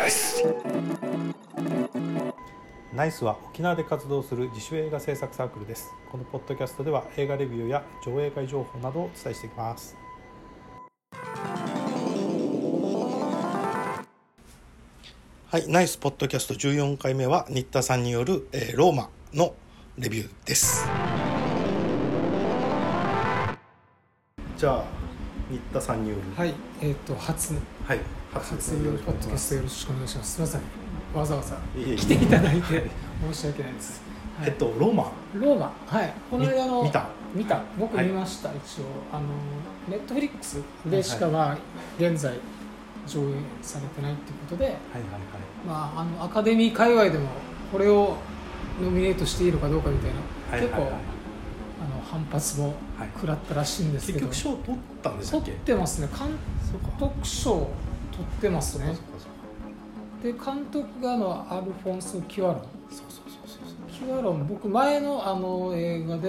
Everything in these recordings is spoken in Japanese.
イス。ナイスは沖縄で活動する自主映画制作サークルです。このポッドキャストでは映画レビューや上映会情報などをお伝えしていきます。はい、ナイスポッドキャスト14回目は新田さんによる、ローマのレビューです。じゃあ新田さんによる、 はい、初ポッドキャストよろしくお願いします。すみません、わざわざ来ていただいて申し訳ないです。 はい、ローマ、 はい、この間の見た僕見ました、はい、一応ネットフリックスでしか現在上映されてないっていうことで、アカデミー界隈でもこれをノミネートしていいのかどうかみたいな、結構反発も食らったらしいんですけど、 結局賞取ったんでしたっけ？ 取ってますね。監督賞取ってますね。で監督がアルフォンソ・キュアロン。キュアロン、僕前の映画でどうだったか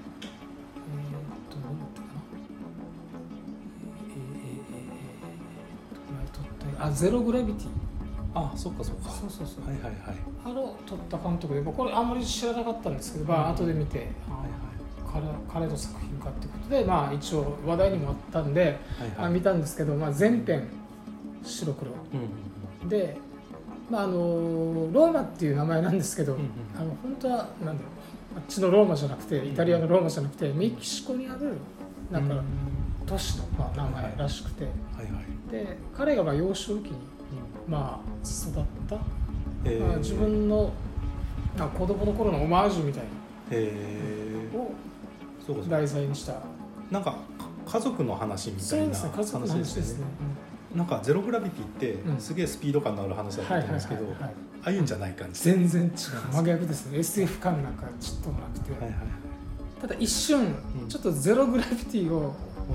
な、ゼログラビティ。 そうか。そう撮った監督で、これあんまり知らなかったんですけど、後で見て、彼の作品かってことで、一応話題にもあったんで、見たんですけど、全編白黒、で、ローマっていう名前なんですけど、本当はあっちのローマじゃなくて、イタリアのローマじゃなくて、メキシコにある都市の名前らしくて、で彼が幼少期に育った、自分の子供の頃のオマージュみたいなを題材にした、 なんか家族の話みたいな話ですね。なんかゼログラビティってすげえスピード感のある話だと思うんですけど、ああいうんじゃない感じ。 全然違う、真逆ですね。 SF 感なんかちょっともなくて、ただ一瞬ちょっとゼログラビティを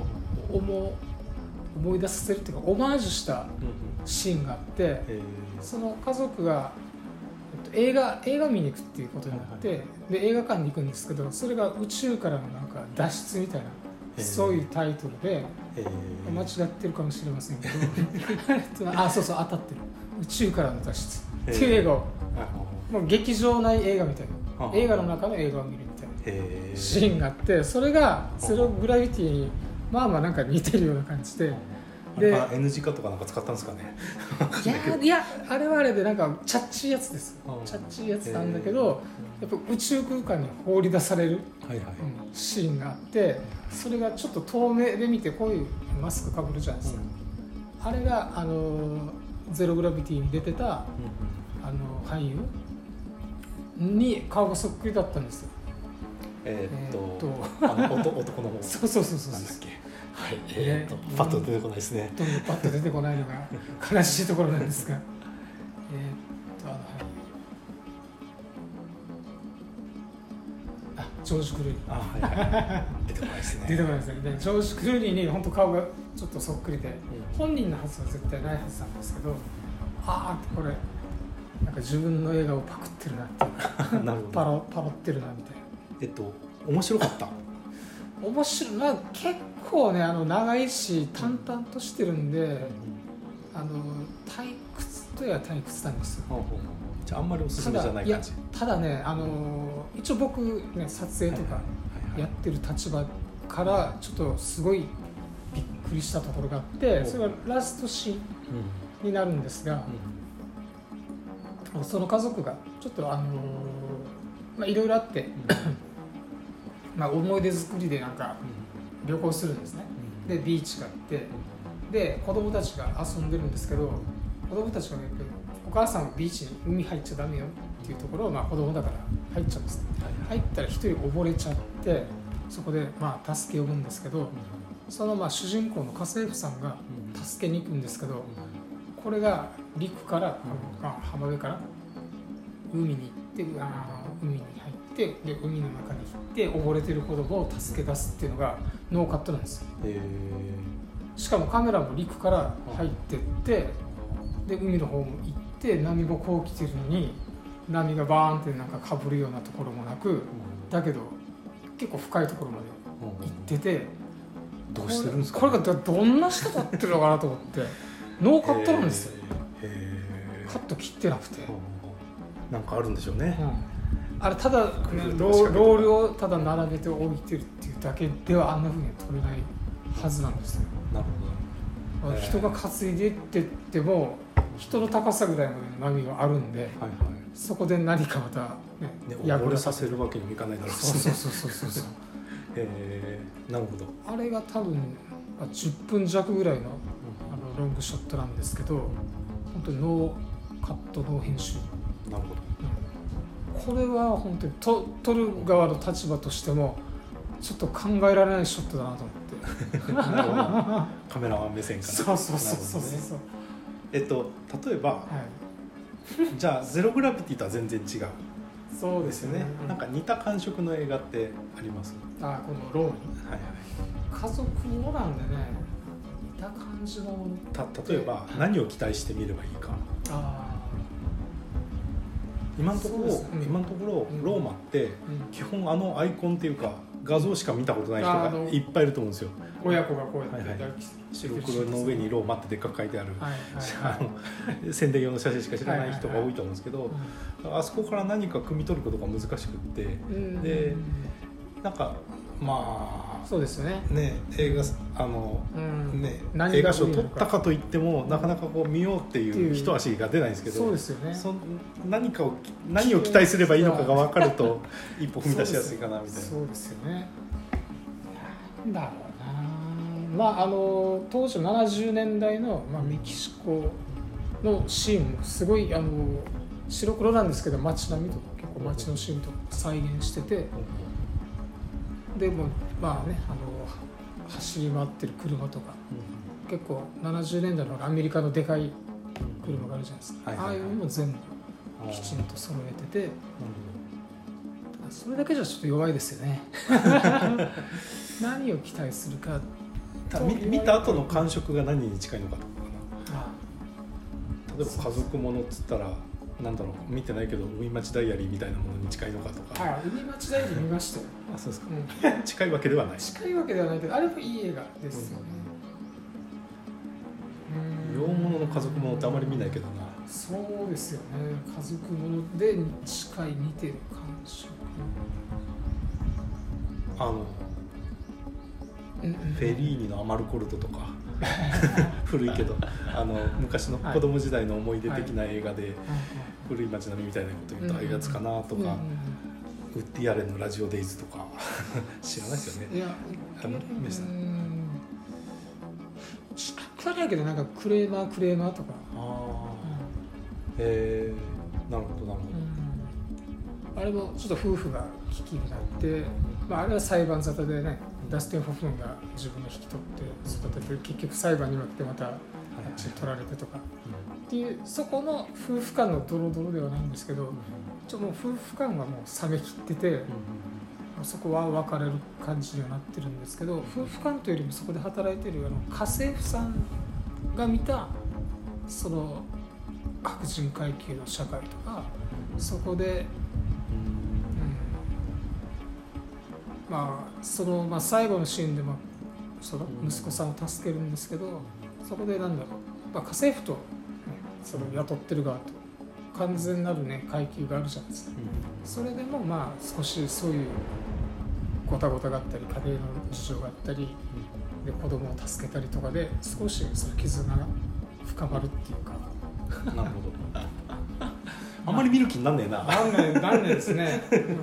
思い出させるっていうか、オマージュしたシーンがあって、その家族が映画見に行くっていうことになって、で映画館に行くんですけど、それが宇宙からのなんか脱出みたいな、そういうタイトルで、間違ってるかもしれませんけどそう当たってる、宇宙からの脱出っていう映画を、もう劇場内映画みたいな、映画の中の映画を見るみたいなシーンがあって、それがゼログラビティになんか似てるような感じで、 NG カットかなんか使ったんですかねいやあれはあれでなんかチャッチーやつです。チャッチーやつなんだけど、やっぱ宇宙空間に放り出されるシーンがあって、それがちょっと遠目で見て、こういうマスクかぶるじゃないですか、あれがゼログラビティに出てた俳優に顔がそっくりだったんですよ。 男の方そうなんだっけ、 パッと出てこないですね。 パッと出てこないのが悲しいところなんですがジョージ・クルーニー、 出てこないですね。 出てこないですね。でジョージ・クルーニーに本当顔がちょっとそっくりで、本人のはずは絶対ないはずなんですけど、これなんか自分の映画をパクってるなっていうなるほど、パロってるなみたいな。 面白かった。 面白い、結構ね、長いし淡々としてるんで、退屈といえば退屈なんですよ。 じゃああんまりおすすめじゃない感じ。 ただね、一応僕ね、撮影とかやってる立場からちょっとすごいびっくりしたところがあって、それがラストシーンになるんですが、その家族がちょっといろいろあって思い出作りでなんか旅行するんですね。でビーチがあって、で子供たちが遊んでるんですけど、子供たちがやっぱりお母さんはビーチに海入っちゃダメよっていうところを、子供だから入っちゃうんですね。入ったら一人溺れちゃって、そこで助け呼ぶんですけど、その主人公の家政婦さんが助けに行くんですけど、これが陸から浜辺から海に行って、海に入って、で海の中に行って溺れてる子供を助け出すっていうのがノーカットなんですよ。しかもカメラも陸から入ってって、で海の方も行って波もこう来てるのに、波がバーンってなんかかぶるようなところもなく、だけど結構深いところまで行ってて、 どうしてるんですか？ これがどんな人がやってるのかなと思ってノーカットなんですよ。 カット切ってなくて、 なんかあるんでしょうね、 あれただ、ね、ロールをただ並べて置いてるっていうだけではあんな風には撮れないはずなんですよ。 なるほど。 人が担いでってっても人の高さぐらいまでの波があるんで、そこで何かまたね溺れさせるわけにもいかないだろうし、ね、 そうなるほど。 あれが多分10分弱ぐらいの、ロングショットなんですけど、本当にノーカットノー編集。 なるほど、 これは本当に撮る側の立場としてもちょっと考えられないショットだなと思ってカメラマン目線から。 そう例えば、じゃあゼログラビティとは全然違う。 そうですよね。 なんか似た感触の映画ってあります？ このローに、家族ものなんでね、似た感じのもの。 例えば何を期待してみればいいか。今のところローマって基本アイコンっていうか画像しか見たことない人がいっぱいいると思うんですよ。 親子がこうやって白黒の上にローマってでっかく書いてある宣伝用の写真しか知らない人が多いと思うんですけど、あそこから何か汲み取ることが難しくって、でなんかまあそうですよね。 映画映画賞を取ったかといってもなかなかこう見ようっていう一足が出ないんですけど、 そうですよね。 何を期待すればいいのかが分かると一歩踏み出しやすいかなみたいな。 そうですよね。なんだろうな。当時70年代の、メキシコのシーンもすごい白黒なんですけど、街並みとか結構街のシーンとか再現してて、でも走り回ってる車とか、結構70年代のアメリカのでかい車があるじゃないですか、ああいうのも全部きちんと揃えてて、それだけじゃちょっと弱いですよね何を期待するか見た後の感触が何に近いのかとか例えば家族ものっつったらなんだろう、見てないけど海町ダイアリーみたいなものに近いのかとか。 海町ダイアリー見ましたよそうですか、近いわけではない。 近いわけではないけど、あれもいい映画ですよね。 洋物の家族ものってあまり見ないけどな。 そうですよね。家族もので近い似てる感触。 フェリーニのアマルコルトとか古いけど昔の子供時代の思い出的な映画で古い街並みみたいなこと言うとああいうやつかなとか、ウッディアレンのラジオデイズとか知らないですよね。 いや知らないけど、なんかクレーマーとか。 なるほどなるほど。 あれもちょっと夫婦が危機になって、あれは裁判沙汰でね、ダスティン・ホフマンが自分で引き取って育てて、結局裁判に負けてまたあっち取られてとかっていう、そこの夫婦間のドロドロではないんですけど、もう夫婦間はもう冷めきってて、そこは別れる感じにはなってるんですけど、夫婦間というよりもそこで働いている家政婦さんが見たその白人階級の社会とか、そこでその最後のシーンでその息子さんを助けるんですけど、そこでなんだろう、家政婦と、その雇ってる側と完全なる階級があるじゃないですか。それでも少しそういうごたごたがあったり、家庭の事情があったりで子供を助けたりとかで少しその絆が深まるっていうか。 なるほどあんまり見る気になんねえな。 なんねですね。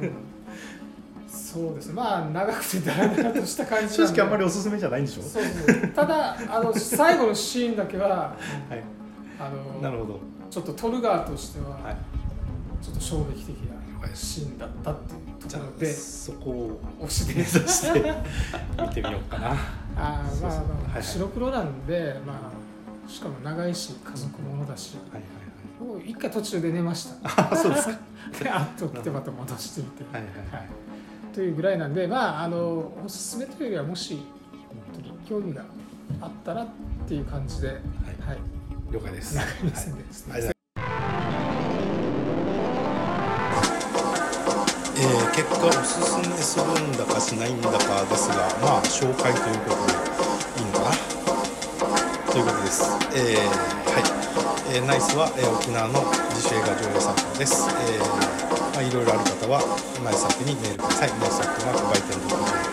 そうですね。長くてダラダラとした感じなんで。 正直あんまりおすすめじゃないんでしょ。 そうただ最後のシーンだけは、 なるほど。 ちょっと撮る側としては、ちょっと衝撃的なシーンだったっていうところで、 そこを推しで目指して見てみようかな。 白黒なんで、しかも長いし家族ものだし、もう一回途中で寝ました。 そうですか。 でと来てまた戻してみて、というぐらいなんで、おすすめというよりは、もし本当に興味があったらっていう感じで、 了解です。 長いですね。 結果おすすめするんだかしないんだかですが、紹介ということでいいのかなということです。 。はい、ナイスは、沖縄の自主映画上映作家です。いろいろある方はナイス作にメールください。ナイス作は売店.com